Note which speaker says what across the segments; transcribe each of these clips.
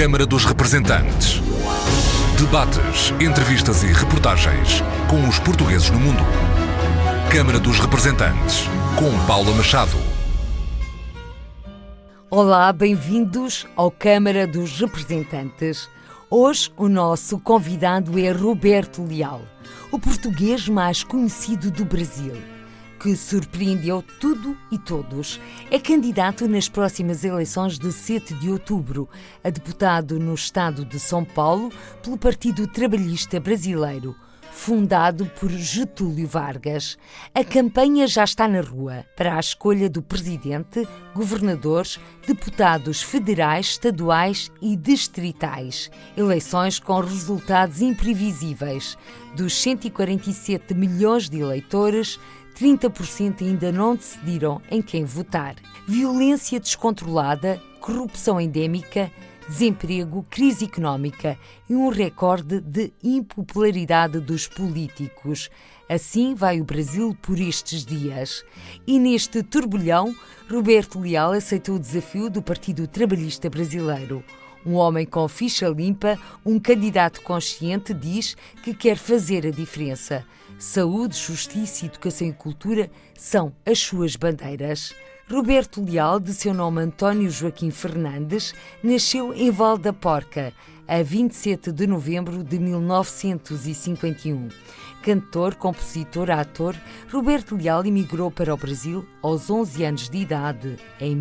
Speaker 1: Câmara dos Representantes. Debates, entrevistas e reportagens com os portugueses no mundo. Câmara dos Representantes, com Paula Machado.
Speaker 2: Olá, bem-vindos ao Câmara dos Representantes. Hoje o nosso convidado é Roberto Leal, o português mais conhecido do Brasil, que surpreendeu tudo e todos. É candidato nas próximas eleições de 7 de outubro, a deputado no estado de São Paulo pelo Partido Trabalhista Brasileiro, fundado por Getúlio Vargas. A campanha já está na rua para a escolha do presidente, governadores, deputados federais, estaduais e distritais. Eleições com resultados imprevisíveis. Dos 147 milhões de eleitores, 30% ainda não decidiram em quem votar. Violência descontrolada, corrupção endémica, desemprego, crise económica e um recorde de impopularidade dos políticos. Assim vai o Brasil por estes dias. E neste turbilhão, Roberto Leal aceitou o desafio do Partido Trabalhista Brasileiro. Um homem com ficha limpa, um candidato consciente, diz que quer fazer a diferença. Saúde, justiça, educação e cultura são as suas bandeiras. Roberto Leal, de seu nome António Joaquim Fernandes, nasceu em Val da Porca, a 27 de novembro de 1951. Cantor, compositor, ator, Roberto Leal emigrou para o Brasil aos 11 anos de idade, em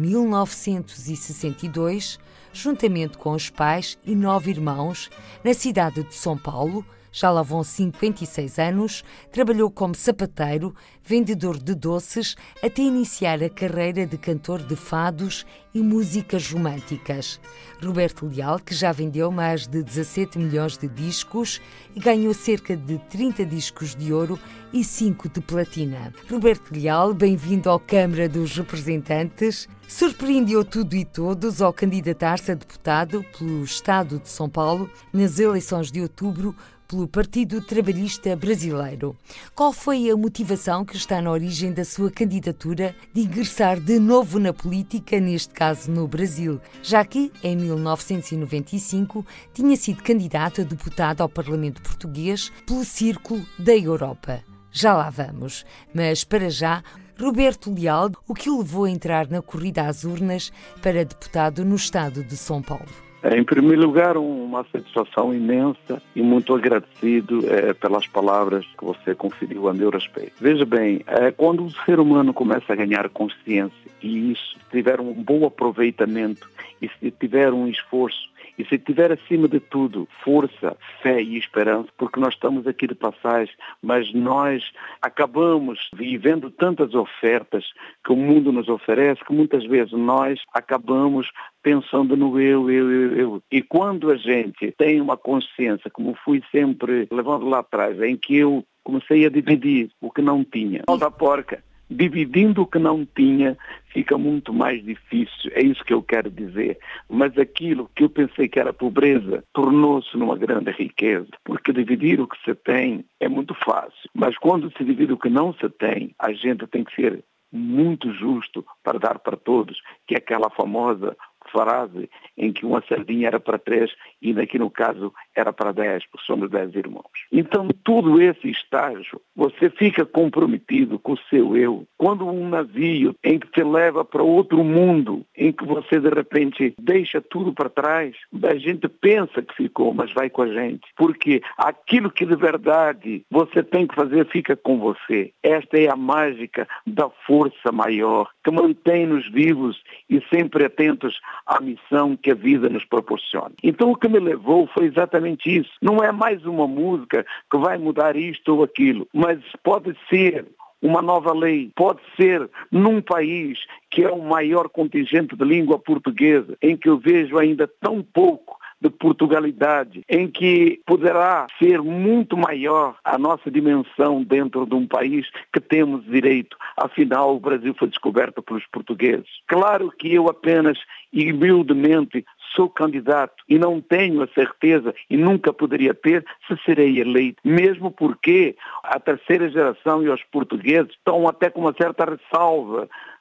Speaker 2: 1962, juntamente com os pais e 9 irmãos, na cidade de São Paulo. Já lá vão 56 anos, trabalhou como sapateiro, vendedor de doces, até iniciar a carreira de cantor de fados e músicas românticas. Roberto Leal, que já vendeu mais de 17 milhões de discos e ganhou cerca de 30 discos de ouro e 5 de platina. Roberto Leal, bem-vindo à Câmara dos Representantes. Surpreendeu tudo e todos ao candidatar-se a deputado pelo estado de São Paulo nas eleições de outubro pelo Partido Trabalhista Brasileiro. Qual foi a motivação que está na origem da sua candidatura de ingressar de novo na política, neste caso no Brasil, já que, em 1995, tinha sido candidato a deputado ao Parlamento Português pelo Círculo da Europa? Já lá vamos, mas para já, Roberto Leal, o que o levou a entrar na corrida às urnas para deputado no estado de São Paulo?
Speaker 3: Em primeiro lugar, uma satisfação imensa e muito agradecido pelas palavras que você conferiu a meu respeito. Veja bem, quando o ser humano começa a ganhar consciência e isso tiver um bom aproveitamento e se tiver um esforço e se tiver, acima de tudo, força, fé e esperança, porque nós estamos aqui de passagem, mas nós acabamos vivendo tantas ofertas que o mundo nos oferece, que muitas vezes nós acabamos pensando no eu. E quando a gente tem uma consciência, como fui sempre levando lá atrás, em que eu comecei a dividir o que não tinha, da porca, dividindo o que não tinha, fica muito mais difícil, é isso que eu quero dizer. Mas aquilo que eu pensei que era pobreza, tornou-se numa grande riqueza, porque dividir o que se tem é muito fácil. Mas quando se divide o que não se tem, a gente tem que ser muito justo para dar para todos, que é aquela famosa frase em que uma sardinha era para 3 e aqui no caso era para 10, porque somos 10 irmãos. Então todo esse estágio, você fica comprometido com o seu eu. Quando um navio em que te leva para outro mundo, em que você de repente deixa tudo para trás, a gente pensa que ficou, mas vai com a gente. Porque aquilo que de verdade você tem que fazer fica com você. Esta é a mágica da força maior, que mantém-nos vivos e sempre atentos à missão que a vida nos proporciona. Então o que me levou foi exatamente isso. Não é mais uma música que vai mudar isto ou aquilo, mas pode ser uma nova lei, pode ser num país que é o maior contingente de língua portuguesa, em que eu vejo ainda tão pouco de Portugalidade, em que poderá ser muito maior a nossa dimensão dentro de um país que temos direito. Afinal, o Brasil foi descoberto pelos portugueses. Claro que eu apenas e humildemente sou candidato e não tenho a certeza e nunca poderia ter se serei eleito, mesmo porque a terceira geração e os portugueses estão até com uma certa ressalva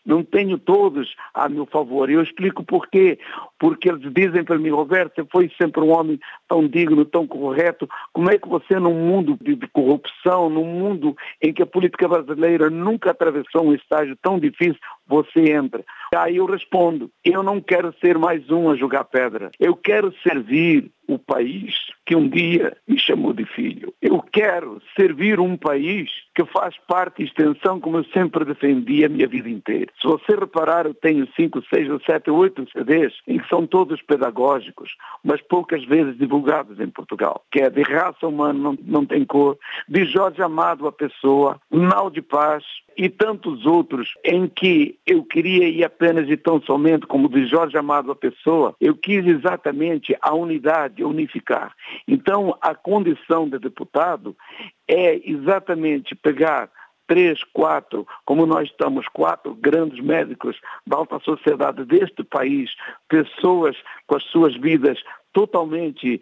Speaker 3: não tenho todos a meu favor. Eu explico porquê. Porque eles dizem para mim: Roberto, você foi sempre um homem tão digno, tão correto, como é que você, num mundo de corrupção, num mundo em que a política brasileira nunca atravessou um estágio tão difícil, você entra? Aí eu respondo: eu não quero ser mais um a jogar pedra. Eu quero servir o país que um dia me chamou de filho. Eu quero servir um país que faz parte e extensão, como eu sempre defendi a minha vida inteira. Se você reparar, eu tenho 5, 6, 7, 8 CDs, em que são todos pedagógicos, mas poucas vezes divulgados em Portugal, que é De Raça Humana Não Tem Cor, de Jorge Amado a Pessoa, Mal de Paz e tantos outros, em que eu queria ir apenas e tão somente como de Jorge Amado a Pessoa, eu quis exatamente a unidade, unificar. Então, a condição de deputado é exatamente pegar 3, 4, como nós estamos, 4 grandes médicos da alta sociedade deste país, pessoas com as suas vidas totalmente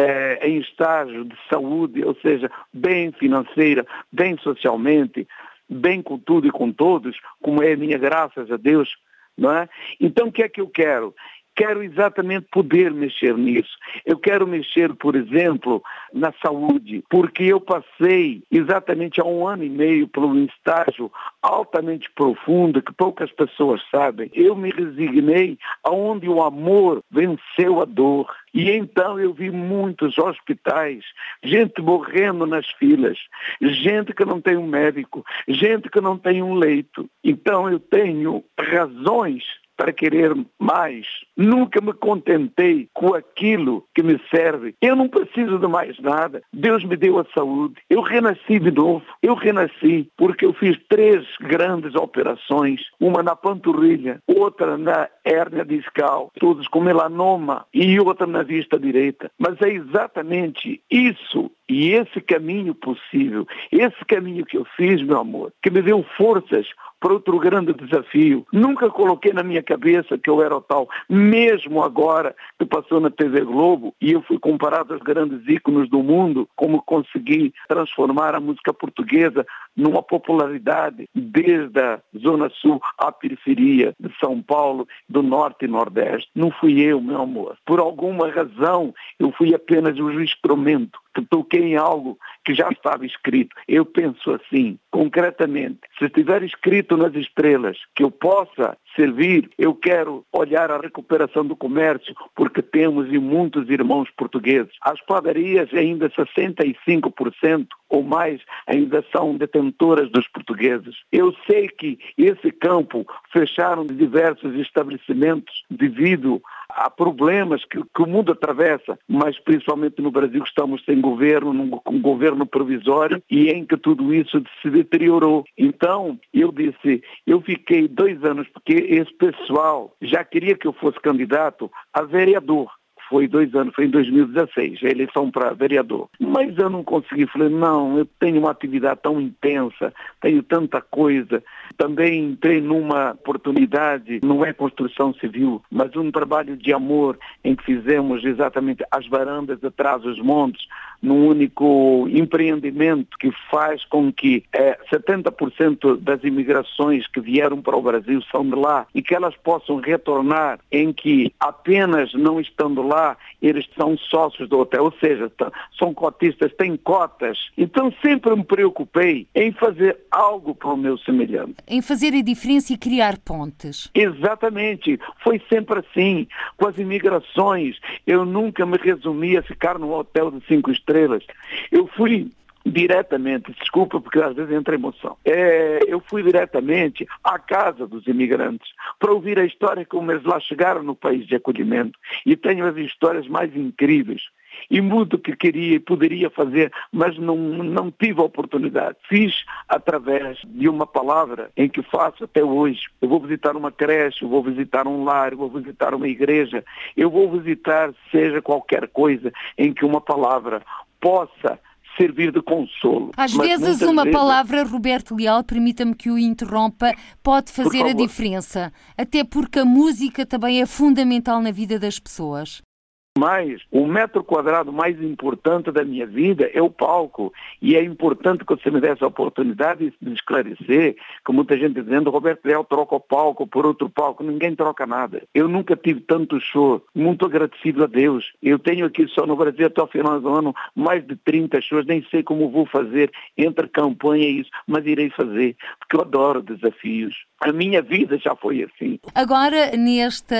Speaker 3: em estágio de saúde, ou seja, bem financeira, bem socialmente, bem com tudo e com todos, como é a minha, graças a Deus, não é? Então, o que é que eu quero? Quero exatamente poder mexer nisso. Eu quero mexer, por exemplo, na saúde, porque eu passei exatamente há 1 ano e meio por um estágio altamente profundo que poucas pessoas sabem. Eu me resignei aonde o amor venceu a dor. E então eu vi muitos hospitais, gente morrendo nas filas, gente que não tem um médico, gente que não tem um leito. Então eu tenho razões para querer mais. Nunca me contentei com aquilo que me serve. Eu não preciso de mais nada. Deus me deu a saúde. Eu renasci de novo. Eu renasci porque eu fiz 3 grandes operações. Uma na panturrilha, outra na hérnia discal, todos com melanoma, e outra na vista direita. Mas é exatamente isso e esse caminho possível, esse caminho que eu fiz, meu amor, que me deu forças para outro grande desafio. Nunca coloquei na minha cabeça que eu era o tal, mesmo agora que passou na TV Globo e eu fui comparado aos grandes ícones do mundo, como consegui transformar a música portuguesa numa popularidade desde a Zona Sul à periferia de São Paulo, do Norte e Nordeste. Não fui eu, meu amor. Por alguma razão, eu fui apenas um instrumento que toquei em algo que já estava escrito. Eu penso assim, concretamente, se estiver escrito nas estrelas que eu possa servir, eu quero olhar a recuperação do comércio, porque temos e muitos irmãos portugueses. As padarias, ainda 65% ou mais, ainda são detentoras dos portugueses. Eu sei que esse campo fecharam diversos estabelecimentos devido a problemas que o mundo atravessa, mas principalmente no Brasil estamos sem governo, um governo provisório, e em que tudo isso se deteriorou. Então, eu disse, eu fiquei 2 anos, porque esse pessoal já queria que eu fosse candidato a vereador. Foi 2 anos, foi em 2016, a eleição para vereador. Mas eu não consegui, falei, não, eu tenho uma atividade tão intensa, tenho tanta coisa. Também entrei numa oportunidade, não é construção civil, mas um trabalho de amor em que fizemos exatamente as varandas atrás dos montes, num único empreendimento que faz com que 70% das imigrações que vieram para o Brasil são de lá e que elas possam retornar, em que apenas não estando lá, eles são sócios do hotel, ou seja, são cotistas, têm cotas. Então sempre me preocupei em fazer algo para o meu semelhante.
Speaker 2: Em fazer a diferença e criar pontes.
Speaker 3: Exatamente, foi sempre assim. Com as imigrações, eu nunca me resumi a ficar num hotel de 5 estrelas. Eu fui diretamente, desculpa porque às vezes entra emoção, eu fui diretamente à casa dos imigrantes para ouvir a história como eles lá chegaram no país de acolhimento, e tenho as histórias mais incríveis e muito que queria e poderia fazer, mas não tive a oportunidade. Fiz através de uma palavra em que faço até hoje. Eu vou visitar uma creche, eu vou visitar um lar, eu vou visitar uma igreja, eu vou visitar seja qualquer coisa em que uma palavra possa servir de consolo.
Speaker 2: Às vezes uma palavra, Roberto Leal, permita-me que o interrompa, pode fazer a diferença. Até porque a música também é fundamental na vida das pessoas.
Speaker 3: Mas o metro quadrado mais importante da minha vida é o palco. E é importante que você me dê essa oportunidade de esclarecer, que muita gente dizendo, Roberto Leal troca o palco por outro palco. Ninguém troca nada. Eu nunca tive tanto show. Muito agradecido a Deus. Eu tenho aqui só no Brasil até o final do ano mais de 30 shows. Nem sei como vou fazer entre campanha e isso, mas irei fazer, porque eu adoro desafios. A minha vida já foi assim.
Speaker 2: Agora, nesta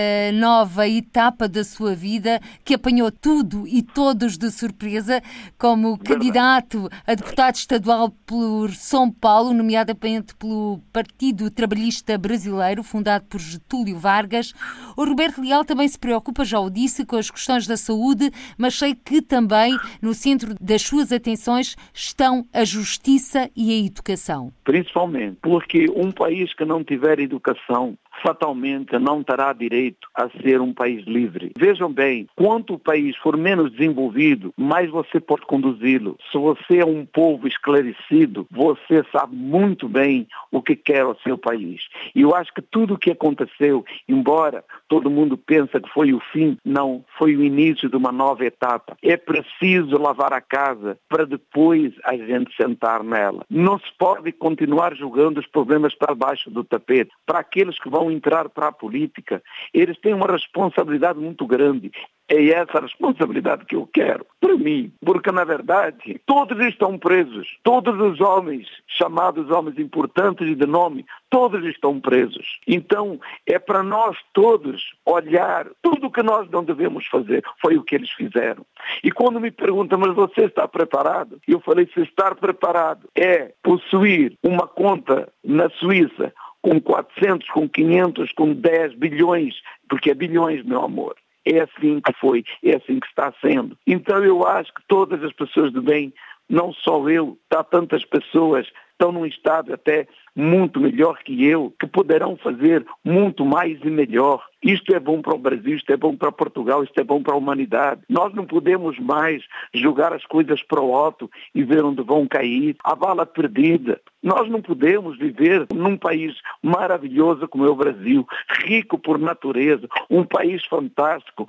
Speaker 2: nova etapa da sua vida, que apanhou tudo e todos de surpresa, como candidato a deputado estadual por São Paulo, nomeadamente pelo Partido Trabalhista Brasileiro, fundado por Getúlio Vargas, o Roberto Leal também se preocupa, já o disse, com as questões da saúde, mas sei que também no centro das suas atenções estão a justiça e a educação.
Speaker 3: Principalmente porque um país que não tiver educação fatalmente não terá direito a ser um país livre. Vejam bem, quanto o país for menos desenvolvido, mais você pode conduzi-lo. Se você é um povo esclarecido, você sabe muito bem o que quer ao seu país. E eu acho que tudo o que aconteceu, embora todo mundo pense que foi o fim, não, foi o início de uma nova etapa. É preciso lavar a casa para depois a gente sentar nela. Não se pode continuar jogando os problemas para baixo do tapete. Para aqueles que vão entrar para a política, eles têm uma responsabilidade muito grande. É essa responsabilidade que eu quero para mim, porque na verdade todos estão presos, todos os homens, chamados homens importantes e de nome, todos estão presos. Então é para nós todos olhar tudo o que nós não devemos fazer, foi o que eles fizeram. E quando me perguntam, mas você está preparado? Eu falei, se estar preparado é possuir uma conta na Suíça com 400, com 500, com 10 bilhões, porque é bilhões, meu amor. É assim que foi, é assim que está sendo. Então eu acho que todas as pessoas de bem, não só eu, há tantas pessoas que estão num estado até muito melhor que eu, que poderão fazer muito mais e melhor. Isto é bom para o Brasil, isto é bom para Portugal, isto é bom para a humanidade. Nós não podemos mais jogar as coisas para o alto e ver onde vão cair. A bala perdida. Nós não podemos viver num país maravilhoso como é o Brasil, rico por natureza, um país fantástico,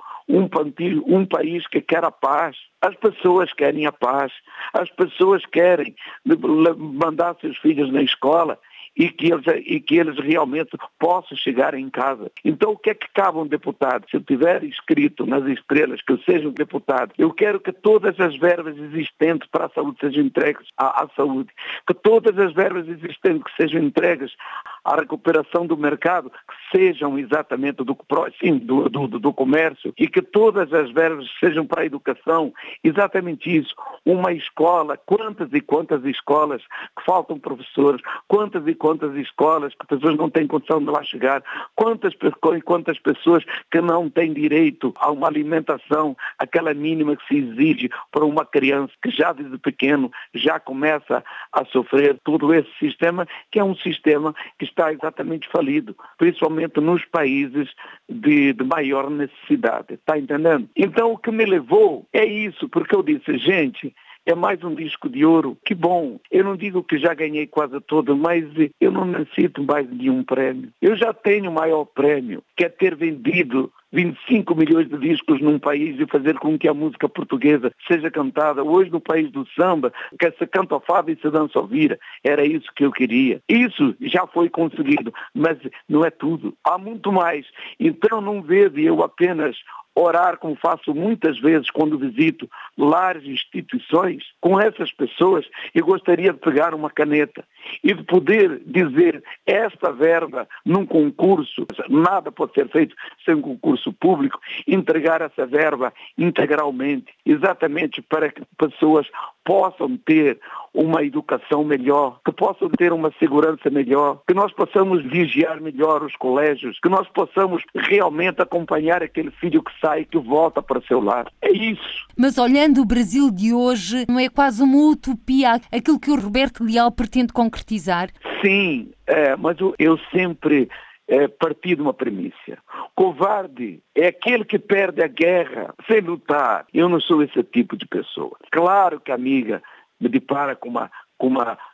Speaker 3: um país que quer a paz. As pessoas querem a paz, as pessoas querem mandar seus filhos na escola e que eles realmente possam chegar em casa. Então o que é que cabe um deputado? Se eu tiver escrito nas estrelas que eu seja um deputado, eu quero que todas as verbas existentes para a saúde sejam entregues à saúde, que todas as verbas existentes que sejam entregues à recuperação do mercado, que sejam exatamente do comércio, e que todas as verbas sejam para a educação, exatamente isso. Uma escola, quantas e quantas escolas que faltam professores, quantas e quantas escolas que pessoas não têm condição de lá chegar, quantas pessoas que não têm direito a uma alimentação, aquela mínima que se exige para uma criança que já desde pequeno já começa a sofrer todo esse sistema, que é um sistema que está exatamente falido, principalmente nos países de maior necessidade, está entendendo? Então o que me levou é isso, porque eu disse, gente, é mais um disco de ouro, que bom. Eu não digo que já ganhei quase todo, mas eu não necessito mais de um prêmio. Eu já tenho o maior prêmio, que é ter vendido 25 milhões de discos num país e fazer com que a música portuguesa seja cantada. Hoje no país do samba, que se canta ao fado e se dança ao vira. Era isso que eu queria. Isso já foi conseguido, mas não é tudo. Há muito mais. Então não vejo eu apenas orar, como faço muitas vezes quando visito lares e instituições, com essas pessoas, eu gostaria de pegar uma caneta e de poder dizer esta verba num concurso, nada pode ser feito sem um concurso público, entregar essa verba integralmente, exatamente para que pessoas possam ter uma educação melhor, que possam ter uma segurança melhor, que nós possamos vigiar melhor os colégios, que nós possamos realmente acompanhar aquele filho que sai e que volta para o seu lar. É isso.
Speaker 2: Mas olhando o Brasil de hoje, não é quase uma utopia aquilo que o Roberto Leal pretende concretizar?
Speaker 3: Sim, mas eu sempre parti de uma premissa. Covarde é aquele que perde a guerra sem lutar. Eu não sou esse tipo de pessoa. Claro que a amiga me depara com uma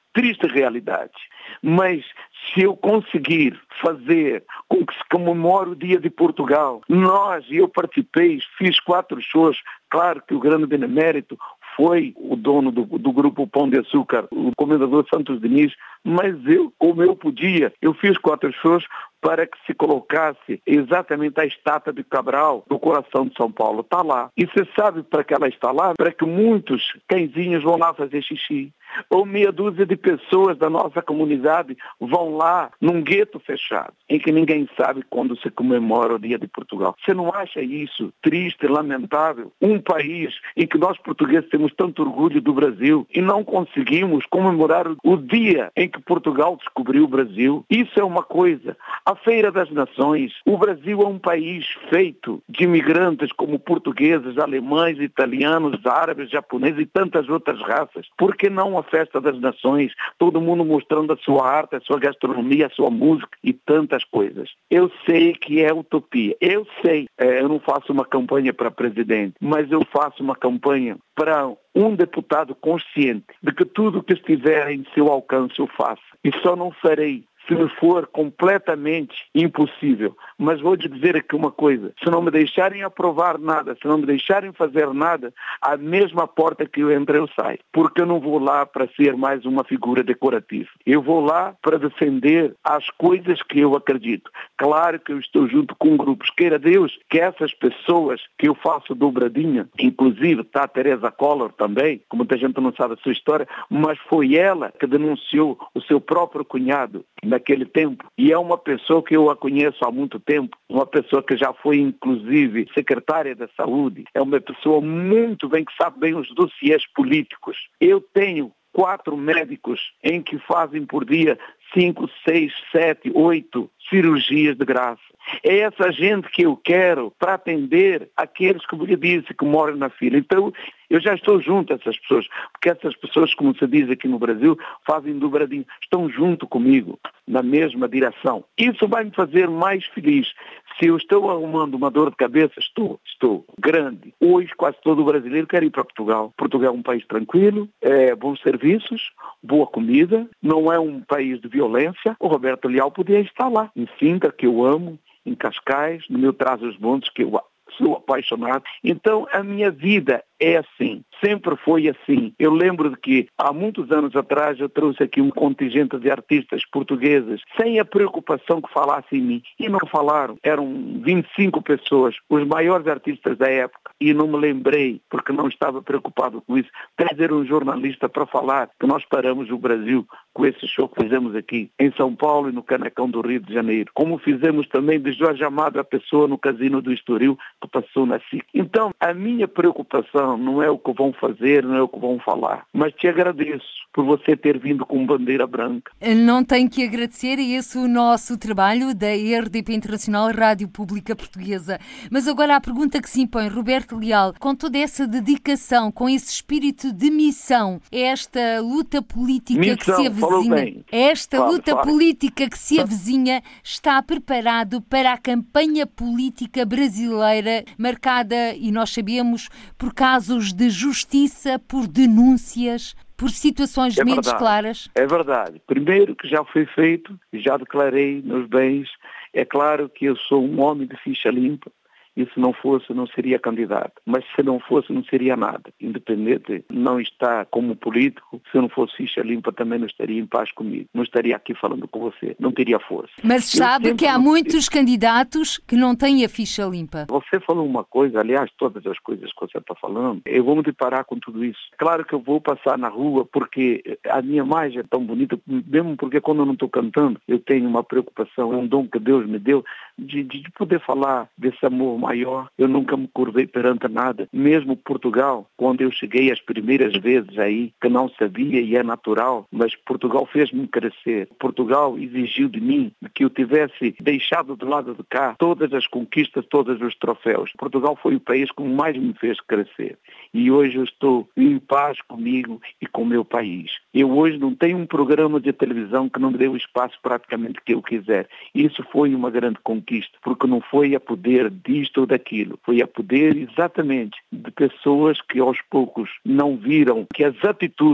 Speaker 3: triste realidade. Mas se eu conseguir fazer com que se comemore o Dia de Portugal, eu participei, fiz 4 shows, claro que o grande benemérito foi o dono do grupo Pão de Açúcar, o comendador Santos Diniz, mas eu, como eu podia, eu fiz 4 shows para que se colocasse exatamente a estátua de Cabral no coração de São Paulo. Está lá. E você sabe para que ela está lá? Para que muitos cãezinhos vão lá fazer xixi. Ou meia dúzia de pessoas da nossa comunidade vão lá num gueto fechado, em que ninguém sabe quando se comemora o Dia de Portugal. Você não acha isso triste, lamentável? Um país em que nós portugueses temos tanto orgulho do Brasil e não conseguimos comemorar o dia em que Portugal descobriu o Brasil. Isso é uma coisa. A Feira das Nações, o Brasil é um país feito de imigrantes como portugueses, alemães, italianos, árabes, japoneses e tantas outras raças. Por que não a Festa das Nações? Todo mundo mostrando a sua arte, a sua gastronomia, a sua música e tantas coisas. Eu sei que é utopia. Eu sei. Eu não faço uma campanha para presidente, mas eu faço uma campanha para um deputado consciente de que tudo que estiver em seu alcance eu faço. E só não farei se me for completamente impossível. Mas vou te dizer aqui uma coisa, se não me deixarem aprovar nada, se não me deixarem fazer nada, a mesma porta que eu entrei eu saio. Porque eu não vou lá para ser mais uma figura decorativa. Eu vou lá para defender as coisas que eu acredito. Claro que eu estou junto com grupos. Queira Deus que essas pessoas que eu faço dobradinha, inclusive está a Teresa Collor também, que muita gente não sabe a sua história, mas foi ela que denunciou o seu próprio cunhado naquele tempo, e é uma pessoa que eu a conheço há muito tempo, uma pessoa que já foi inclusive secretária da saúde, é uma pessoa muito bem, que sabe bem os dossiês políticos. Eu tenho 4 médicos em que fazem por dia 5, 6, 7, 8 cirurgias de graça. É essa gente que eu quero para atender aqueles que eu disse que moram na fila. Então, eu já estou junto a essas pessoas, porque essas pessoas, como se diz aqui no Brasil, fazem dobradinho, estão junto comigo, na mesma direção. Isso vai me fazer mais feliz. Se eu estou arrumando uma dor de cabeça, estou grande. Hoje, quase todo brasileiro quer ir para Portugal. Portugal é um país tranquilo, bons serviços, boa comida, não é um país de violência. O Roberto Leal podia estar lá, em Sintra, que eu amo, em Cascais, no meu Trás-os-Montes, que eu sou apaixonado. Então, a minha vida é assim, sempre foi assim. Eu lembro de que há muitos anos atrás eu trouxe aqui um contingente de artistas portugueses sem a preocupação que falassem em mim. E não falaram. Eram 25 pessoas, os maiores artistas da época. E não me lembrei, porque não estava preocupado com isso, trazer um jornalista para falar que nós paramos o Brasil com esse show que fizemos aqui em São Paulo e no Canecão do Rio de Janeiro. Como fizemos também de Jorge Amado a pessoa no Casino do Estoril, que passou na SIC. Então, a minha preocupação não é o que vão fazer, não é o que vão falar. Mas te agradeço por você ter vindo com bandeira branca.
Speaker 2: Não tenho que agradecer, é esse o nosso trabalho da RDP Internacional, Rádio Pública Portuguesa. Mas agora a pergunta que se impõe, Roberto Leal, com toda essa dedicação, com esse espírito de missão, esta luta política que se avizinha, política que se avizinha, está preparado para a campanha política brasileira, marcada, e nós sabemos, por casos de justiça, por denúncias, por situações menos claras?
Speaker 3: É verdade. Primeiro que já foi feito, já declarei meus bens. É claro que eu sou um homem de ficha limpa. E se não fosse, não seria candidato. Mas se não fosse, não seria nada. Independente, não está como político. Se eu não fosse ficha limpa, também não estaria em paz comigo. Não estaria aqui falando com você. Não teria força.
Speaker 2: Mas sabe que há muitos candidatos que não têm a ficha limpa.
Speaker 3: Você falou uma coisa, aliás, todas as coisas que você está falando, eu vou me deparar com tudo isso. Claro que eu vou passar na rua porque a minha imagem é tão bonita, mesmo porque quando eu não estou cantando, eu tenho uma preocupação, é um dom que Deus me deu de poder falar desse amor maior. Eu nunca me curvei perante nada. Mesmo Portugal, quando eu cheguei as primeiras vezes aí, que não sabia e é natural, mas Portugal fez-me crescer. Portugal exigiu de mim que eu tivesse deixado do lado de cá todas as conquistas, todos os troféus. Portugal foi o país que mais me fez crescer. E hoje eu estou em paz comigo e com o meu país. Eu hoje não tenho um programa de televisão que não me dê o espaço praticamente que eu quiser. Isso foi uma grande conquista, porque não foi a poder disto ou daquilo. Foi a poder exatamente de pessoas que aos poucos não viram que as atitudes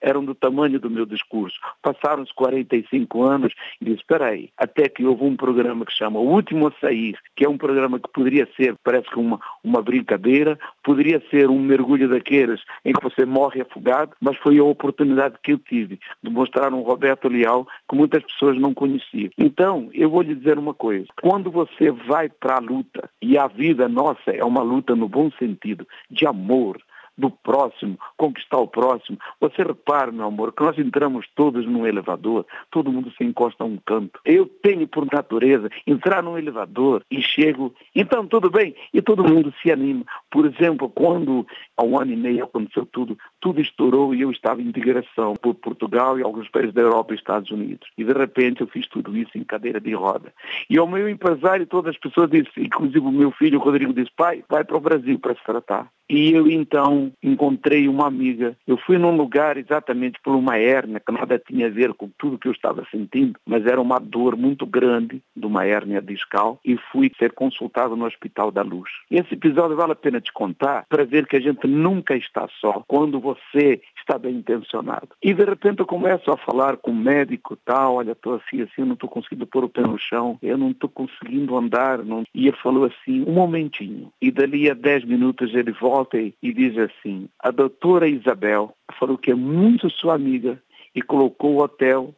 Speaker 3: eram do tamanho do meu discurso. Passaram-se 45 anos e disse, espera aí, até que houve um programa que chama O Último a Sair, que é um programa que poderia ser, parece que uma brincadeira, poderia ser um mergulho daqueles em que você morre afogado, mas foi a oportunidade que eu tive de mostrar um Roberto Leal que muitas pessoas não conheciam. Então, eu vou lhe dizer uma coisa, quando você vai para a luta, e a vida nossa é uma luta no bom sentido, de amor, do próximo, conquistar o próximo. Você repara, meu amor, que nós entramos todos num elevador, todo mundo se encosta a um canto. Eu tenho por natureza entrar num elevador e chego, então tudo bem, e todo mundo se anima. Por exemplo, quando há 1 ano e meio aconteceu tudo estourou e eu estava em digressão por Portugal e alguns países da Europa e Estados Unidos. E de repente eu fiz tudo isso em cadeira de roda. E ao meu empresário, todas as pessoas disseram, inclusive o meu filho, o Rodrigo, disse, pai, vai para o Brasil para se tratar. E eu então encontrei uma amiga. Eu fui num lugar exatamente por uma hérnia que nada tinha a ver com tudo que eu estava sentindo, mas era uma dor muito grande de uma hérnia discal e fui ser consultado no Hospital da Luz. Esse episódio vale a pena te contar para ver que a gente nunca está só quando você está bem intencionado. E de repente eu começo a falar com o médico, olha, estou assim, eu não estou conseguindo pôr o pé no chão, eu não estou conseguindo andar. Não. E ele falou assim, um momentinho. E dali a 10 minutos ele volta e diz assim, a doutora Isabel falou que é muito sua amiga e colocou o hotel,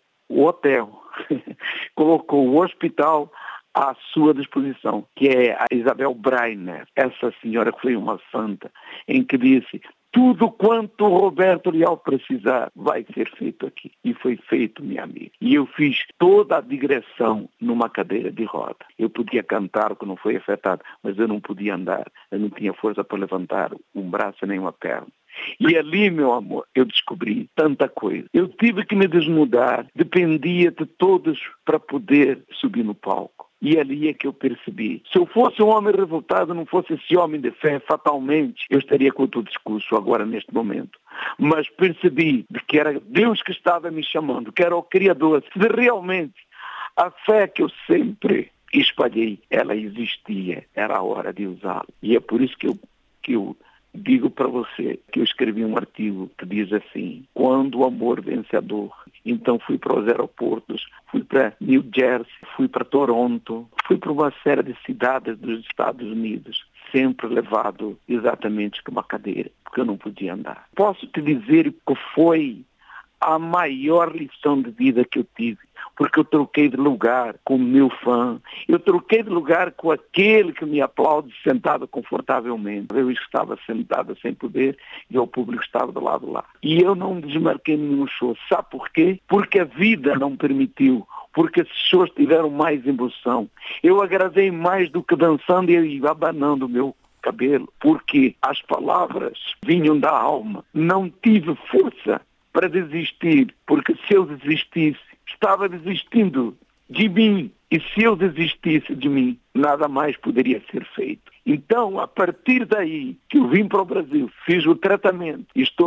Speaker 3: colocou o hospital à sua disposição, que é a Isabel Breiner, essa senhora que foi uma santa, em que disse, tudo quanto o Roberto Leal precisar vai ser feito aqui. E foi feito, minha amiga. E eu fiz toda a digressão numa cadeira de roda. Eu podia cantar, que não foi afetado, mas eu não podia andar. Eu não tinha força para levantar um braço nem uma perna. E ali, meu amor, eu descobri tanta coisa. Eu tive que me desnudar, dependia de todos para poder subir no palco. E ali é que eu percebi. Se eu fosse um homem revoltado, não fosse esse homem de fé, fatalmente, eu estaria com o teu discurso agora, neste momento. Mas percebi que era Deus que estava me chamando, que era o Criador. Se realmente a fé que eu sempre espalhei, ela existia, era a hora de usá-la. E é por isso que eu digo para você que eu escrevi um artigo que diz assim, quando o amor vence a dor. Então fui para os aeroportos, fui para New Jersey, fui para Toronto, fui para uma série de cidades dos Estados Unidos, sempre levado exatamente com uma cadeira, porque eu não podia andar. Posso te dizer que foi a maior lição de vida que eu tive, porque eu troquei de lugar com o meu fã, eu troquei de lugar com aquele que me aplaude sentado confortavelmente. Eu estava sentado sem poder e o público estava do lado lá. E eu não desmarquei nenhum show. Sabe por quê? Porque a vida não permitiu, porque esses shows tiveram mais emoção. Eu agradei mais do que dançando e abanando o meu cabelo, porque as palavras vinham da alma. Não tive força para desistir, porque se eu desistisse, estava desistindo de mim. E se eu desistisse de mim, nada mais poderia ser feito. Então, a partir daí que eu vim para o Brasil, fiz o tratamento e estou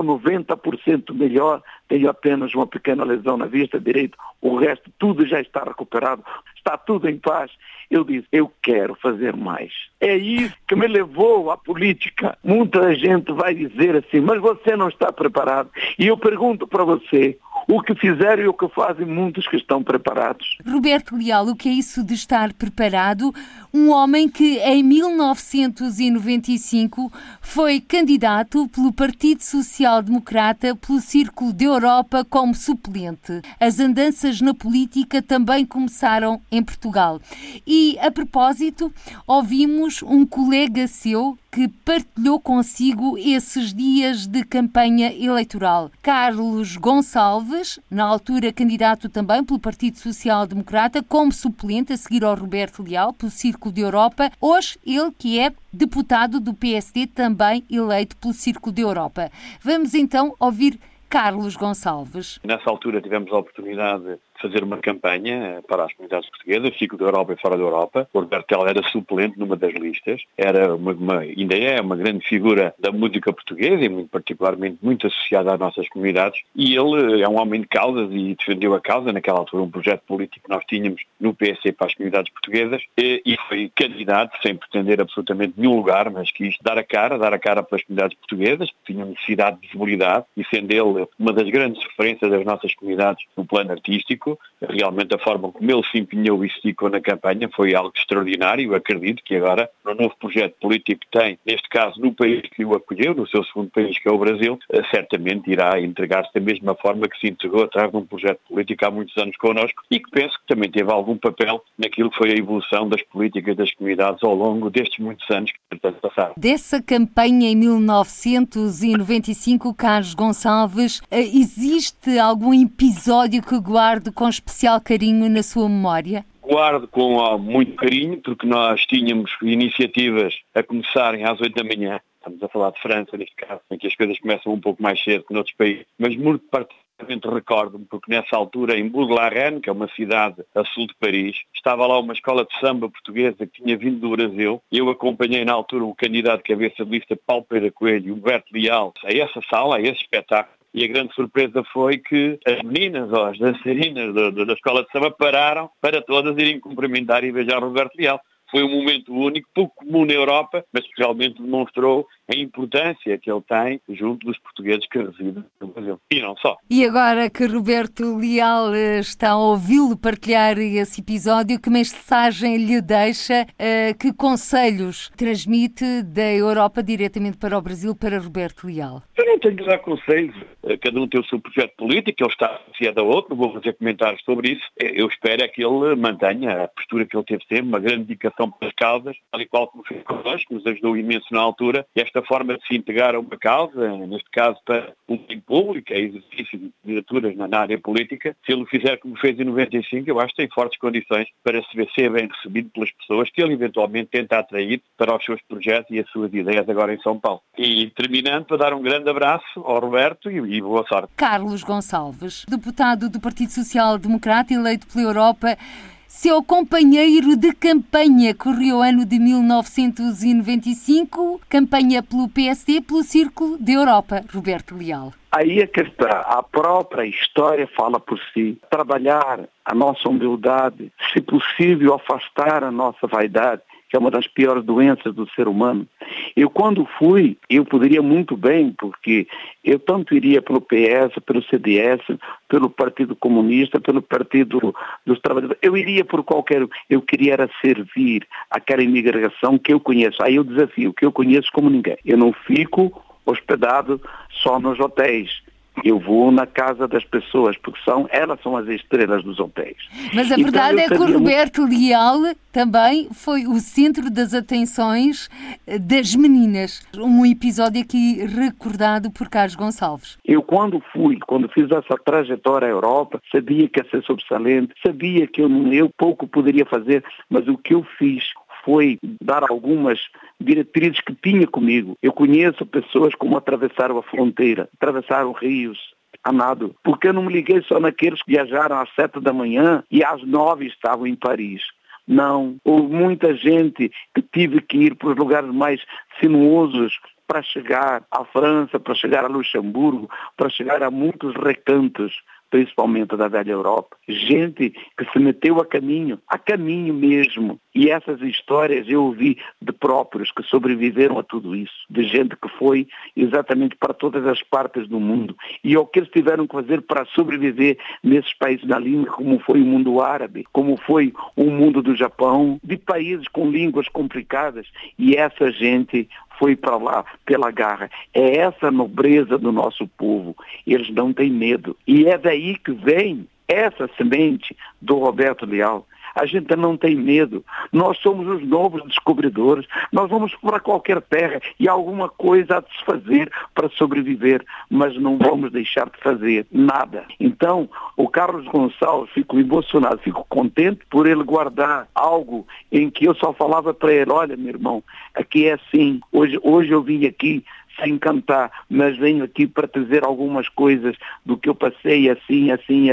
Speaker 3: 90% melhor, tenho apenas uma pequena lesão na vista direita, o resto tudo já está recuperado, está tudo em paz. Eu disse, eu quero fazer mais. É isso que me levou à política. Muita gente vai dizer assim, mas você não está preparado. E eu pergunto para você, o que fizeram e o que fazem muitos que estão preparados.
Speaker 2: Roberto Leal, o que é isso de estar preparado? Um homem que em 1995 foi candidato pelo Partido Social Democrata pelo Círculo da Europa como suplente. As andanças na política também começaram em Portugal. E, a propósito, ouvimos um colega seu que partilhou consigo esses dias de campanha eleitoral. Carlos Gonçalves, na altura candidato também pelo Partido Social Democrata, como suplente a seguir ao Roberto Leal, pelo Círculo da Europa. Hoje, ele que é deputado do PSD, também eleito pelo Círculo da Europa. Vamos então ouvir Carlos Gonçalves.
Speaker 4: Nessa altura tivemos a oportunidade fazer uma campanha para as comunidades portuguesas, fico da Europa e fora da Europa. O Roberto Leal era suplente numa das listas, ainda é uma grande figura da música portuguesa e muito particularmente muito associada às nossas comunidades, e ele é um homem de causas e defendeu a causa, naquela altura um projeto político que nós tínhamos no PSD para as comunidades portuguesas, e foi candidato sem pretender absolutamente nenhum lugar, mas quis dar a cara pelas comunidades portuguesas, que tinham necessidade de visibilidade, e sendo ele uma das grandes referências das nossas comunidades no plano artístico, realmente a forma como ele se empenhou e se dedicou na campanha foi algo extraordinário. Eu acredito que agora, no novo projeto político que tem, neste caso no país que o acolheu, no seu segundo país que é o Brasil, certamente irá entregar-se da mesma forma que se entregou atrás de um projeto político há muitos anos connosco, e que penso que também teve algum papel naquilo que foi a evolução das políticas das comunidades ao longo destes muitos anos que, portanto, passaram.
Speaker 2: Dessa campanha em 1995, Carlos Gonçalves, existe algum episódio que guarde com especial carinho na sua memória?
Speaker 4: Guardo com muito carinho, porque nós tínhamos iniciativas a começarem às 8 da manhã. Estamos a falar de França, neste caso, em que as coisas começam um pouco mais cedo que noutros países. Mas muito particularmente recordo-me, porque nessa altura, em Bourg-la-Reine, que é uma cidade a sul de Paris, estava lá uma escola de samba portuguesa que tinha vindo do Brasil. Eu acompanhei na altura o candidato cabeça de lista Paulo Pereira Coelho, Roberto Leal, a essa sala, a esse espetáculo. E a grande surpresa foi que as meninas, ou as dançarinas da escola de samba, pararam para todas irem cumprimentar e beijar o Roberto Leal. Foi um momento único, pouco comum na Europa, mas que realmente demonstrou a importância que ele tem junto dos portugueses que residem no Brasil. E não só.
Speaker 2: E agora que Roberto Leal está a ouvi-lo partilhar esse episódio, que mensagem lhe deixa, que conselhos transmite da Europa diretamente para o Brasil para Roberto Leal?
Speaker 4: Eu não tenho que dar conselhos. Cada um tem o seu projeto político, ele está associado a outro, não vou fazer comentários sobre isso. Eu espero é que ele mantenha a postura que ele teve sempre, uma grande dedicação pelas causas, tal e qual como fez connosco, nos ajudou imenso na altura. E esta forma de se integrar a uma causa, neste caso para o bem público, é exercício de candidaturas na área política, se ele o fizer como fez em 95, eu acho que tem fortes condições para ser bem recebido pelas pessoas que ele eventualmente tenta atrair para os seus projetos e as suas ideias agora em São Paulo. E terminando, para dar um grande abraço ao Roberto e boa sorte.
Speaker 2: Carlos Gonçalves, deputado do Partido Social Democrata, eleito pela Europa, seu companheiro de campanha correu o ano de 1995, campanha pelo PSD, pelo Círculo da Europa, Roberto Leal.
Speaker 3: Aí é que está, a própria história fala por si. Trabalhar a nossa humildade, se possível afastar a nossa vaidade, que é uma das piores doenças do ser humano. Eu quando fui, eu poderia muito bem, porque eu tanto iria pelo PS, pelo CDS, pelo Partido Comunista, pelo Partido dos Trabalhadores, eu iria por qualquer... Eu queria era servir aquela imigração que eu conheço. Aí eu desafio, que eu conheço como ninguém. Eu não fico hospedado só nos hotéis. Eu vou na casa das pessoas, porque elas são as estrelas dos hotéis.
Speaker 2: Mas a verdade é que o Roberto Leal também foi o centro das atenções das meninas. Um episódio aqui recordado por Carlos Gonçalves.
Speaker 3: Eu quando fiz essa trajetória à Europa, sabia que ia ser sobressalente, sabia que eu pouco poderia fazer, mas o que eu fiz foi dar algumas diretrizes que tinha comigo. Eu conheço pessoas como atravessaram a fronteira, atravessaram rios a nado, porque eu não me liguei só naqueles que viajaram às 7 da manhã e às 9 estavam em Paris. Não, houve muita gente que tive que ir para os lugares mais sinuosos para chegar à França, para chegar a Luxemburgo, para chegar a muitos recantos, principalmente da velha Europa. Gente que se meteu a caminho mesmo. E essas histórias eu ouvi de próprios que sobreviveram a tudo isso, de gente que foi exatamente para todas as partes do mundo. E o que eles tiveram que fazer para sobreviver nesses países da língua, como foi o mundo árabe, como foi o mundo do Japão, de países com línguas complicadas. E essa gente foi para lá pela garra. É essa a nobreza do nosso povo. Eles não têm medo. E é daí que vem essa semente do Roberto Leal. A gente não tem medo. Nós somos os novos descobridores. Nós vamos para qualquer terra e alguma coisa há de se fazer para sobreviver, mas não vamos deixar de fazer nada. Então, o Carlos Gonçalves, fico emocionado, fico contente por ele guardar algo em que eu só falava para ele, olha, meu irmão, aqui é assim, hoje eu vim aqui sem cantar, mas venho aqui para trazer algumas coisas do que eu passei assim,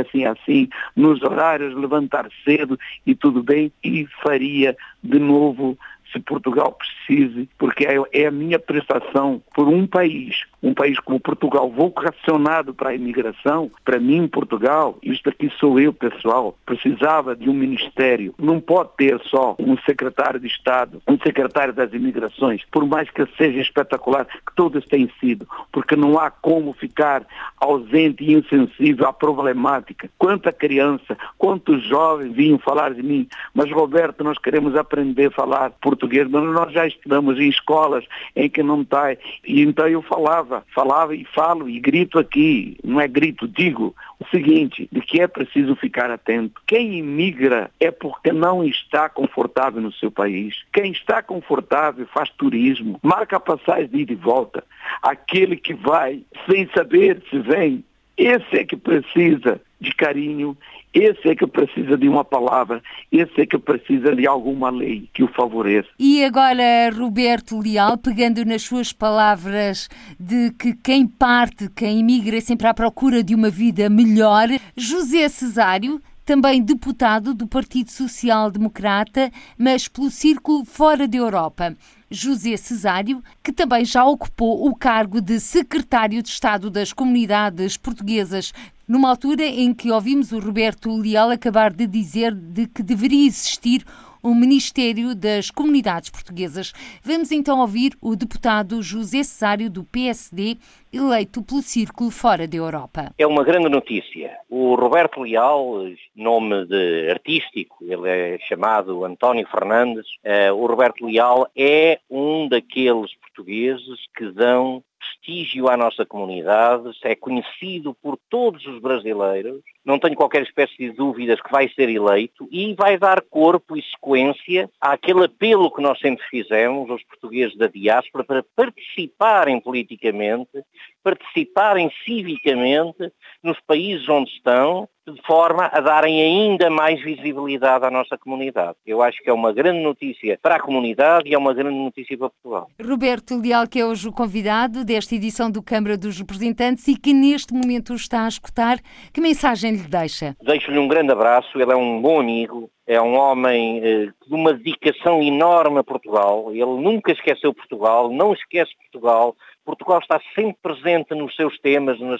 Speaker 3: nos horários, levantar cedo e tudo bem, e faria de novo se Portugal precise, porque é a minha prestação por um país como Portugal, vocacionado para a imigração. Para mim, Portugal, isto aqui sou eu, pessoal, precisava de um ministério. Não pode ter só um secretário de Estado, um secretário das imigrações, por mais que seja espetacular, que todos têm sido, porque não há como ficar ausente e insensível à problemática. Quanta criança, quantos jovens vinham falar de mim, mas Roberto, nós queremos aprender a falar português, mas nós já estudamos em escolas em que não está. E então eu falava e falo e grito aqui, não é grito, digo o seguinte, de que é preciso ficar atento. Quem imigra é porque não está confortável no seu país. Quem está confortável faz turismo, marca passagem de ida e volta. Aquele que vai sem saber se vem, esse é que precisa de carinho, esse é que precisa de uma palavra, esse é que precisa de alguma lei que o favoreça.
Speaker 2: E agora, Roberto Leal, pegando nas suas palavras de que quem parte, quem imigra é sempre à procura de uma vida melhor, José Cesário, também deputado do Partido Social Democrata, mas pelo círculo fora da Europa. José Cesário, que também já ocupou o cargo de secretário de Estado das Comunidades Portuguesas, numa altura em que ouvimos o Roberto Leal acabar de dizer de que deveria existir um Ministério das Comunidades Portuguesas. Vamos então ouvir o deputado José Cesário, do PSD, eleito pelo Círculo fora da Europa.
Speaker 5: É uma grande notícia. O Roberto Leal, nome artístico, ele é chamado António Fernandes. O Roberto Leal é um daqueles portugueses que dão prestígio à nossa comunidade, é conhecido por todos os brasileiros, não tenho qualquer espécie de dúvidas que vai ser eleito e vai dar corpo e sequência àquele apelo que nós sempre fizemos aos portugueses da diáspora para participarem politicamente, participarem civicamente nos países onde estão, de forma a darem ainda mais visibilidade à nossa comunidade. Eu acho que é uma grande notícia para a comunidade e é uma grande notícia para Portugal.
Speaker 2: Roberto Leal, que é hoje o convidado desta edição do Câmara dos Representantes e que neste momento o está a escutar, que mensagem lhe deixa?
Speaker 5: Deixo-lhe um grande abraço, ele é um bom amigo, é um homem de uma dedicação enorme a Portugal, ele nunca esqueceu Portugal, não esquece Portugal, Portugal está sempre presente nos seus temas, nas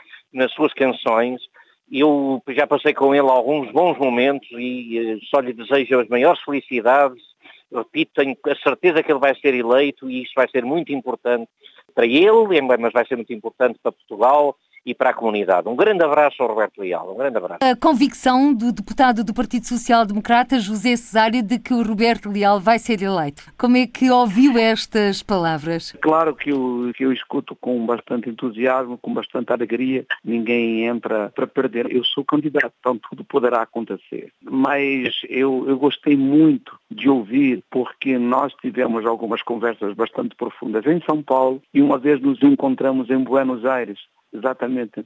Speaker 5: suas canções. Eu já passei com ele alguns bons momentos e só lhe desejo as maiores felicidades. Repito, tenho a certeza que ele vai ser eleito e isso vai ser muito importante para ele, mas vai ser muito importante para Portugal e para a comunidade. Um grande abraço ao Roberto Leal, um grande abraço.
Speaker 2: A convicção do deputado do Partido Social Democrata, José Cesário, de que o Roberto Leal vai ser eleito. Como é que ouviu estas palavras?
Speaker 3: Claro que eu escuto com bastante entusiasmo, com bastante alegria. Ninguém entra para perder. Eu sou candidato, então tudo poderá acontecer. Mas eu gostei muito de ouvir, porque nós tivemos algumas conversas bastante profundas em São Paulo e uma vez nos encontramos em Buenos Aires, exatamente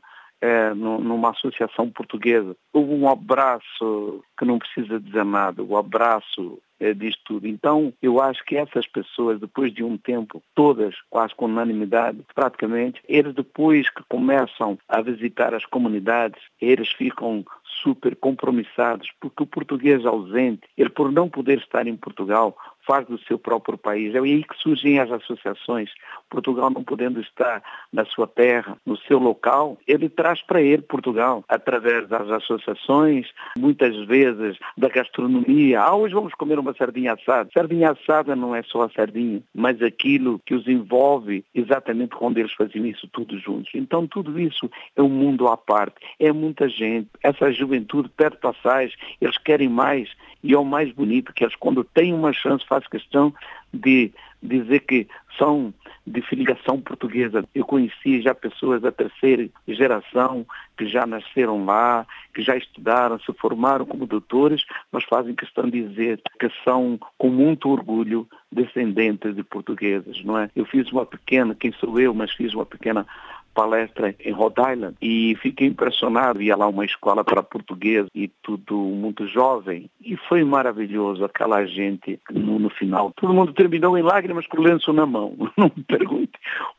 Speaker 3: numa associação portuguesa. Houve um abraço que não precisa dizer nada, o abraço diz tudo. Então, eu acho que essas pessoas, depois de um tempo, todas, quase com unanimidade, praticamente, eles depois que começam a visitar as comunidades, eles ficam super compromissados, porque o português ausente, ele por não poder estar em Portugal, faz do seu próprio país. É aí que surgem as associações. Portugal não podendo estar na sua terra, no seu local, ele traz para ele Portugal, através das associações, muitas vezes da gastronomia. Hoje vamos comer uma sardinha assada. Sardinha assada não é só a sardinha, mas aquilo que os envolve exatamente quando eles fazem isso tudo juntos. Então tudo isso é um mundo à parte. É muita gente. Essa juventude pede passagem, eles querem mais. E é o mais bonito, que eles quando têm uma chance fazem questão de dizer que são de filiação portuguesa. Eu conheci já pessoas da terceira geração que já nasceram lá, que já estudaram, se formaram como doutores, mas fazem questão de dizer que são com muito orgulho descendentes de portugueses, não é? Eu fiz uma pequena, quem sou eu, mas fiz uma pequena palestra em Rhode Island e fiquei impressionado, ia lá uma escola para português e tudo muito jovem e foi maravilhoso aquela gente no final. Todo mundo terminou em lágrimas com o lenço na mão. Não me pergunte o que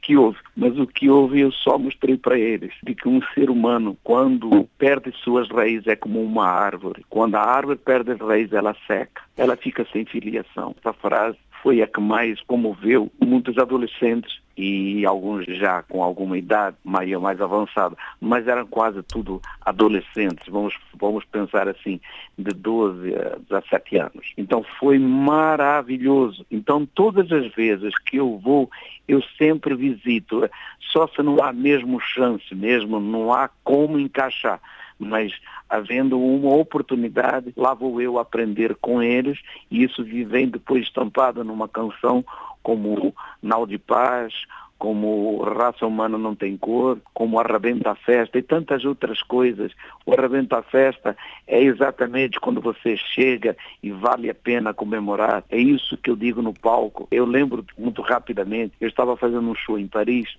Speaker 3: que houve. Mas o que houve eu só mostrei para eles, de que um ser humano, quando perde suas raízes, é como uma árvore. Quando a árvore perde as raízes, ela seca, ela fica sem filiação. Essa frase foi a que mais comoveu muitos adolescentes e alguns já com alguma idade mais avançada, mas eram quase tudo adolescentes, vamos pensar assim, de 12 a 17 anos. Então foi maravilhoso. Então todas as vezes que eu vou, eu sempre visito, só se não há mesmo chance, mesmo não há como encaixar. Mas havendo uma oportunidade, lá vou eu aprender com eles, e isso vem depois estampado numa canção como Nau de Paz, como Raça Humana Não Tem Cor, como Arrebenta a Festa e tantas outras coisas. O Arrebenta a Festa é exatamente quando você chega e vale a pena comemorar. É isso que eu digo no palco. Eu lembro muito rapidamente, eu estava fazendo um show em Paris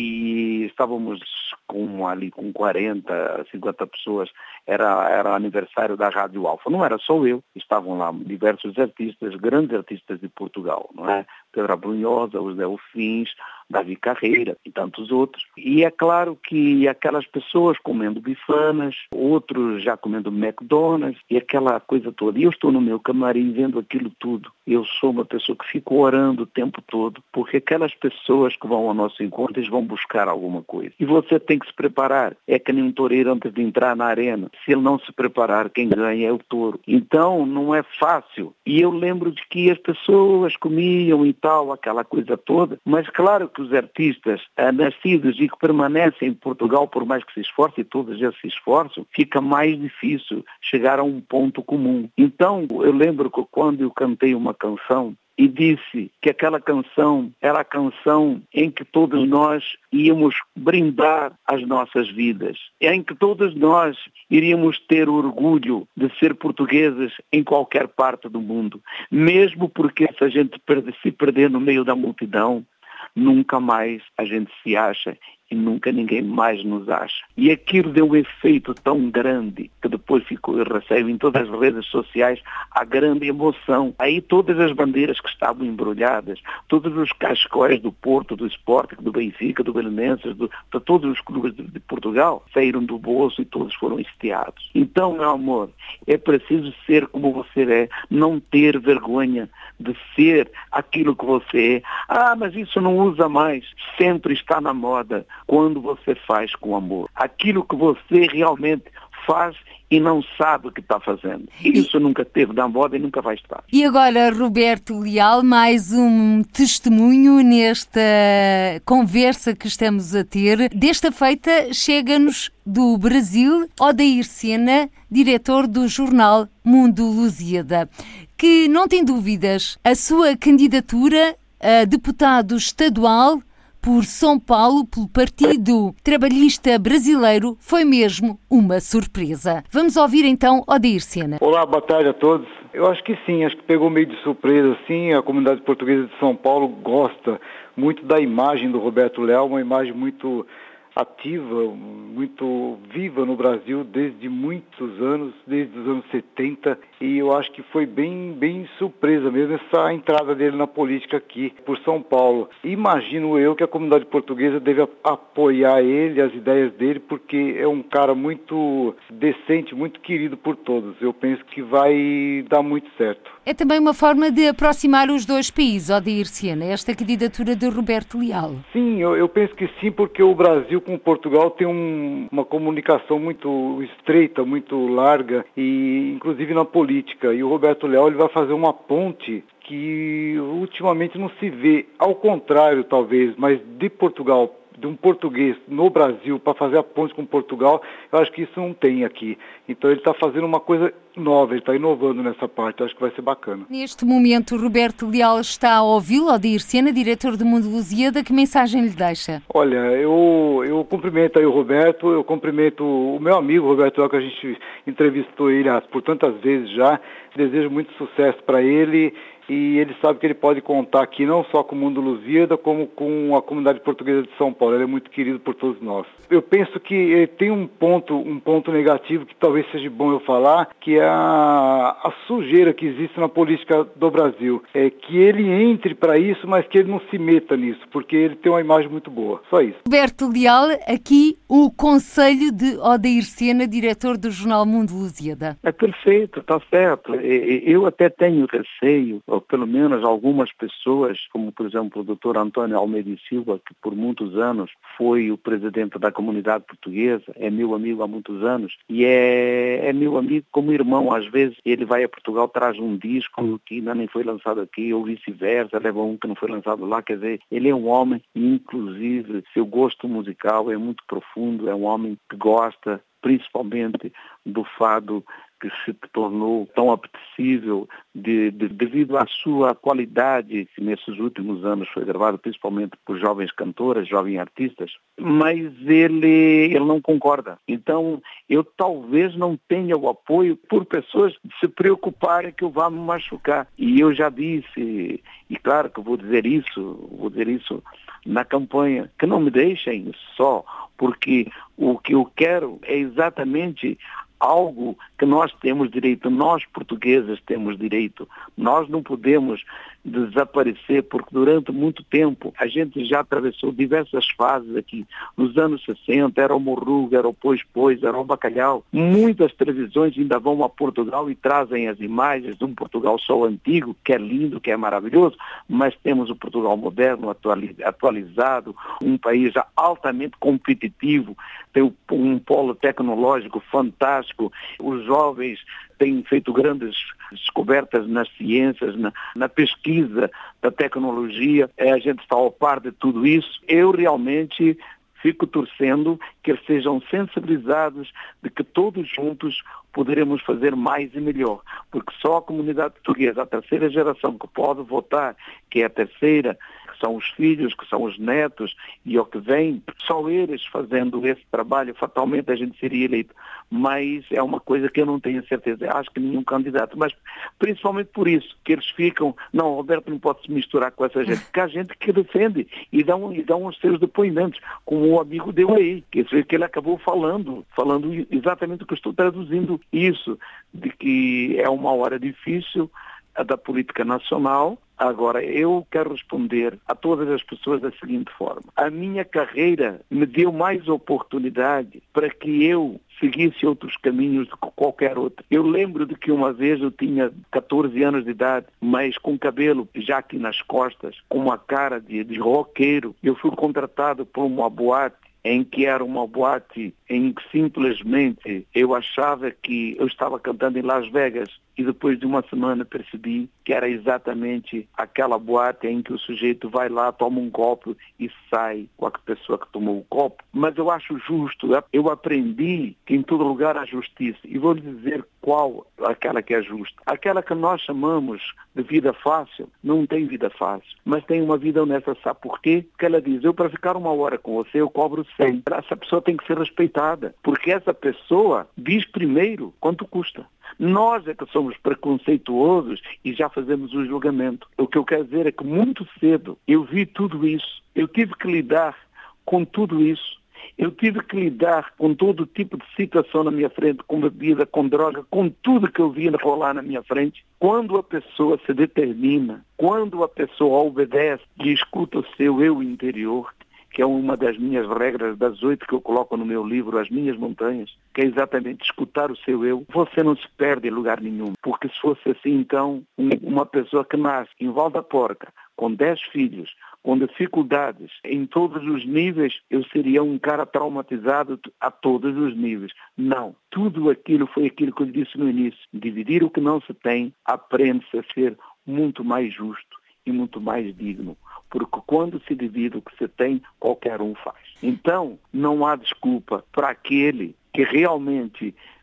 Speaker 3: e estávamos com 40, 50 pessoas. Era aniversário da Rádio Alfa. Não era só eu, estavam lá diversos artistas, grandes artistas de Portugal, não é? Pedro Abrunhosa, os Delfins, Davi Carreira e tantos outros. E é claro que aquelas pessoas comendo bifanas, outros já comendo McDonald's e aquela coisa toda. E eu estou no meu camarim vendo aquilo tudo. Eu sou uma pessoa que fico orando o tempo todo, porque aquelas pessoas que vão ao nosso encontro, eles vão buscar alguma coisa. E você tem que se preparar. É que nem um toureiro antes de entrar na arena. Se ele não se preparar, quem ganha é o touro. Então, não é fácil. E eu lembro de que as pessoas comiam e tal, aquela coisa toda, mas claro que os artistas nascidos e que permanecem em Portugal, por mais que se esforcem, e todos já se esforçam, fica mais difícil chegar a um ponto comum. Então, eu lembro que quando eu cantei uma canção e disse que aquela canção era a canção em que todos nós íamos brindar as nossas vidas, em que todos nós iríamos ter orgulho de ser portugueses em qualquer parte do mundo, mesmo porque se a gente se perder no meio da multidão, nunca mais a gente se acha e nunca ninguém mais nos acha. E aquilo deu um efeito tão grande que depois eu recebo em todas as redes sociais a grande emoção. Aí todas as bandeiras que estavam embrulhadas, todos os cascóis do Porto, do Sporting, do Benfica, do Belenenses, de todos os clubes de Portugal, saíram do bolso e todos foram estiados. Então, meu amor, é preciso ser como você é, não ter vergonha de ser aquilo que você é. Ah, mas isso não usa mais. Sempre está na moda quando você faz com amor. Aquilo que você realmente faz e não sabe o que está fazendo. Isso nunca teve na moda e nunca vai estar.
Speaker 2: E agora, Roberto Leal, mais um testemunho nesta conversa que estamos a ter. Desta feita, chega-nos do Brasil Odair Sena, diretor do jornal Mundo Lusíada, que não tem dúvidas, a sua candidatura a deputado estadual por São Paulo, pelo Partido Trabalhista Brasileiro, foi mesmo uma surpresa. Vamos ouvir então Odair Sena.
Speaker 6: Olá, boa tarde a todos. Eu acho que sim, acho que pegou meio de surpresa, sim. A comunidade portuguesa de São Paulo gosta muito da imagem do Roberto Leal, uma imagem muito ativa, muito viva no Brasil desde muitos anos, desde os anos 70, e eu acho que foi bem surpresa mesmo essa entrada dele na política aqui por São Paulo. Imagino eu que a comunidade portuguesa deve apoiar ele, as ideias dele, porque é um cara muito decente, muito querido por todos. Eu penso que vai dar muito certo.
Speaker 2: É também uma forma de aproximar os dois países, Odair Sena, esta candidatura de Roberto Leal.
Speaker 6: Sim, eu penso que sim, porque o Brasil com Portugal tem uma comunicação muito estreita, muito larga, e inclusive na política. E o Roberto Leal ele vai fazer uma ponte que ultimamente não se vê, ao contrário talvez, mas de Portugal, de um português no Brasil para fazer a ponte com Portugal, eu acho que isso não tem aqui. Então ele está fazendo uma coisa nova, ele está inovando nessa parte, eu acho que vai ser bacana.
Speaker 2: Neste momento, Roberto Leal está a ouvi-lo, Odair Sena, diretor do Mundo Lusíada, que mensagem lhe deixa?
Speaker 6: Olha, eu cumprimento aí o Roberto, eu cumprimento o meu amigo Roberto Leal, que a gente entrevistou ele por tantas vezes já, desejo muito sucesso para ele. e ele sabe que ele pode contar aqui não só com o Mundo Lusíada, como com a comunidade portuguesa de São Paulo. Ele é muito querido por todos nós. Eu penso que tem um ponto negativo que talvez seja bom eu falar, que é a sujeira que existe na política do Brasil. É que ele entre para isso, mas que ele não se meta nisso, porque ele tem uma imagem muito boa. Só isso.
Speaker 2: Roberto Leal, aqui o conselho de Odair Sena, diretor do jornal Mundo Lusíada.
Speaker 3: É perfeito, está certo. Eu até tenho receio, ou pelo menos algumas pessoas, como por exemplo o Dr. Antônio Almeida Silva, que por muitos anos foi o presidente da comunidade portuguesa, é meu amigo há muitos anos, e é meu amigo como irmão. Às vezes ele vai a Portugal, traz um disco que ainda nem foi lançado aqui, ou vice-versa, leva um que não foi lançado lá. Quer dizer, ele é um homem, inclusive, seu gosto musical é muito profundo, é um homem que gosta principalmente do fado, que se tornou tão apetecível devido à sua qualidade, que nesses últimos anos foi gravado principalmente por jovens cantoras, jovens artistas, mas ele não concorda. Então, eu talvez não tenha o apoio por pessoas se preocuparem que eu vá me machucar. E eu já disse, e claro que vou dizer isso na campanha, que não me deixem só, porque o que eu quero é exatamente algo que nós temos direito, nós portugueses temos direito. Nós não podemos desaparecer, porque durante muito tempo a gente já atravessou diversas fases aqui. Nos anos 60 era o morruga, era o pois, era o bacalhau. Muitas televisões ainda vão a Portugal e trazem as imagens de um Portugal só antigo, que é lindo, que é maravilhoso, mas temos o Portugal moderno, atualizado, um país já altamente competitivo, tem um polo tecnológico fantástico. Os jovens têm feito grandes descobertas nas ciências, na pesquisa da tecnologia. A gente está ao par de tudo isso. Eu realmente fico torcendo que eles sejam sensibilizados de que todos juntos poderemos fazer mais e melhor, porque só a comunidade portuguesa, a terceira geração que pode votar, que é a terceira, que são os filhos, que são os netos e o que vem, só eles fazendo esse trabalho, fatalmente a gente seria eleito. Mas é uma coisa que eu não tenho certeza, eu acho que nenhum candidato, mas principalmente por isso, que eles ficam, não, Roberto não pode se misturar com essa gente, porque há gente que defende e dão os seus depoimentos, como o amigo deu aí, que ele acabou falando exatamente o que eu estou traduzindo, isso, de que é uma hora difícil a da política nacional. Agora, eu quero responder a todas as pessoas da seguinte forma. A minha carreira me deu mais oportunidade para que eu seguisse outros caminhos do que qualquer outro. Eu lembro de que uma vez eu tinha 14 anos de idade, mas com cabelo já aqui nas costas, com uma cara de roqueiro. Eu fui contratado por uma boate, em que era uma boate em que simplesmente eu achava que eu estava cantando em Las Vegas, e depois de uma semana percebi que era exatamente aquela boate em que o sujeito vai lá, toma um copo e sai com a pessoa que tomou o copo. Mas eu acho justo, eu aprendi que em todo lugar há justiça, e vou lhe dizer qual aquela que é justa. Aquela que nós chamamos de vida fácil, não tem vida fácil, mas tem uma vida honesta. Sabe por quê? Porque ela diz, eu para ficar uma hora com você, eu cobro 100. Essa pessoa tem que ser respeitada, porque essa pessoa diz primeiro quanto custa. Nós é que somos preconceituosos e já fazemos o julgamento. O que eu quero dizer é que muito cedo eu vi tudo isso. Eu tive que lidar com tudo isso. Eu tive que lidar com todo tipo de situação na minha frente, com bebida, com droga, com tudo que eu via rolar na minha frente. Quando a pessoa se determina, quando a pessoa obedece e escuta o seu eu interior, que é uma das minhas regras, das 8 que eu coloco no meu livro, As Minhas Montanhas, que é exatamente escutar o seu eu, você não se perde em lugar nenhum. Porque se fosse assim, então, uma pessoa que nasce em Val da Porca, com 10 filhos, com dificuldades em todos os níveis, eu seria um cara traumatizado a todos os níveis. Não. Tudo aquilo foi aquilo que eu disse no início. Dividir o que não se tem, aprende-se a ser muito mais justo e muito mais digno. Porque quando se divide o que se tem, qualquer um faz. Então, não há desculpa para aquele que realmente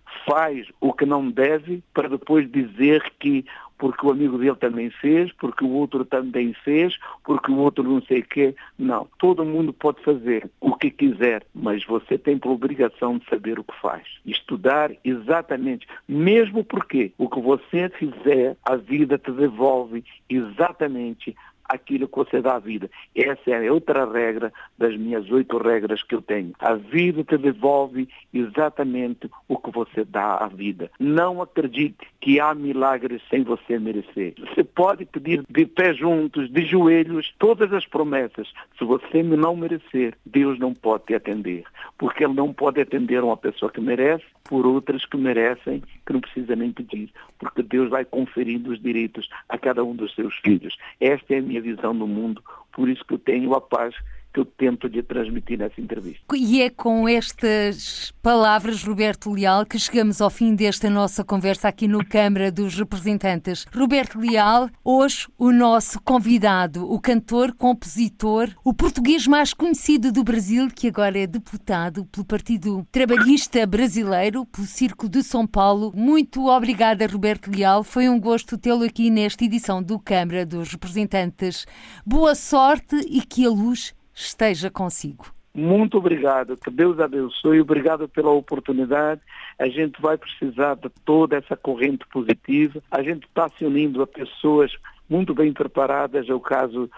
Speaker 3: faz o que não deve para depois dizer que porque o amigo dele também fez, porque o outro também fez, porque o outro não sei o quê. Não, todo mundo pode fazer o que quiser, mas você tem por obrigação de saber o que faz. Estudar exatamente, mesmo porque o que você fizer, a vida te devolve exatamente aquilo que você dá à vida. Essa é outra regra das minhas 8 regras que eu tenho. A vida te devolve exatamente o que você dá à vida. Não acredite que há milagres sem você merecer. Você pode pedir de pé juntos, de joelhos, todas as promessas. Se você não merecer, Deus não pode te atender. Porque Ele não pode atender uma pessoa que merece por outras que merecem, que não precisa nem pedir. Porque Deus vai conferindo os direitos a cada um dos seus filhos. Esta é a minha visão do mundo, por isso que eu tenho a paz que eu tento de transmitir nessa entrevista.
Speaker 2: E é com estas palavras, Roberto Leal, que chegamos ao fim desta nossa conversa aqui no Câmara dos Representantes. Roberto Leal, hoje o nosso convidado, o cantor, compositor, o português mais conhecido do Brasil, que agora é deputado pelo Partido Trabalhista Brasileiro, pelo Círculo de São Paulo. Muito obrigada, Roberto Leal. Foi um gosto tê-lo aqui nesta edição do Câmara dos Representantes. Boa sorte e que a luz esteja consigo.
Speaker 3: Muito obrigado, que Deus abençoe, obrigado pela oportunidade. A gente vai precisar de toda essa corrente positiva. A gente está se unindo a pessoas muito bem preparadas. É o caso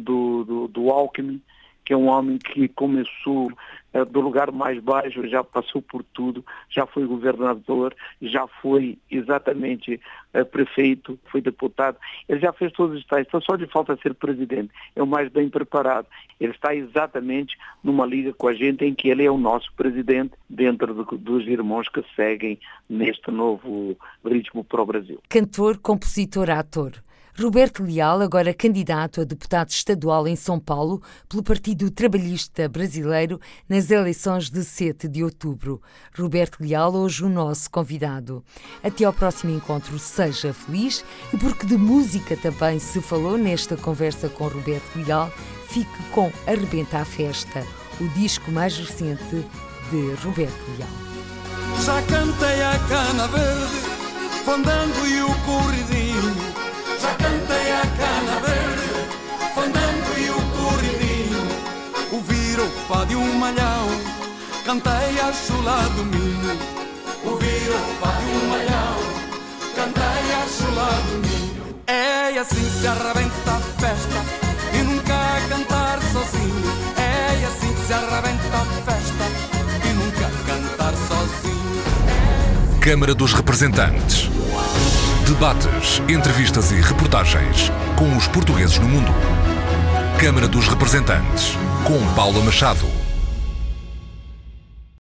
Speaker 3: do Alckmin, que é um homem que começou do lugar mais baixo, já passou por tudo, já foi governador, já foi exatamente prefeito, foi deputado, ele já fez todos os estágios, então só lhe falta ser presidente, é o mais bem preparado. Ele está exatamente numa liga com a gente em que ele é o nosso presidente dentro dos irmãos que seguem neste novo ritmo para o Brasil.
Speaker 2: Cantor, compositor, ator. Roberto Leal, agora candidato a deputado estadual em São Paulo pelo Partido Trabalhista Brasileiro nas eleições de 7 de outubro. Roberto Leal, hoje o nosso convidado. Até ao próximo encontro, seja feliz, e porque de música também se falou nesta conversa com Roberto Leal, fique com Arrebenta a Festa, o disco mais recente de Roberto Leal.
Speaker 7: Já cantei a cana verde, fandango e o corridinho. Já cantei a cana verde, fandango e o corridinho. Ouvir o fado e o malhão, cantei a chula do minho. Ouvir o fado e o malhão, cantei a chula do minho. É assim se arrebenta a festa, e nunca cantar sozinho. É assim se arrebenta a festa, e nunca cantar sozinho.
Speaker 1: Câmara dos Representantes. Debates, entrevistas e reportagens com os portugueses no mundo. Câmara dos Representantes, com Paula Machado.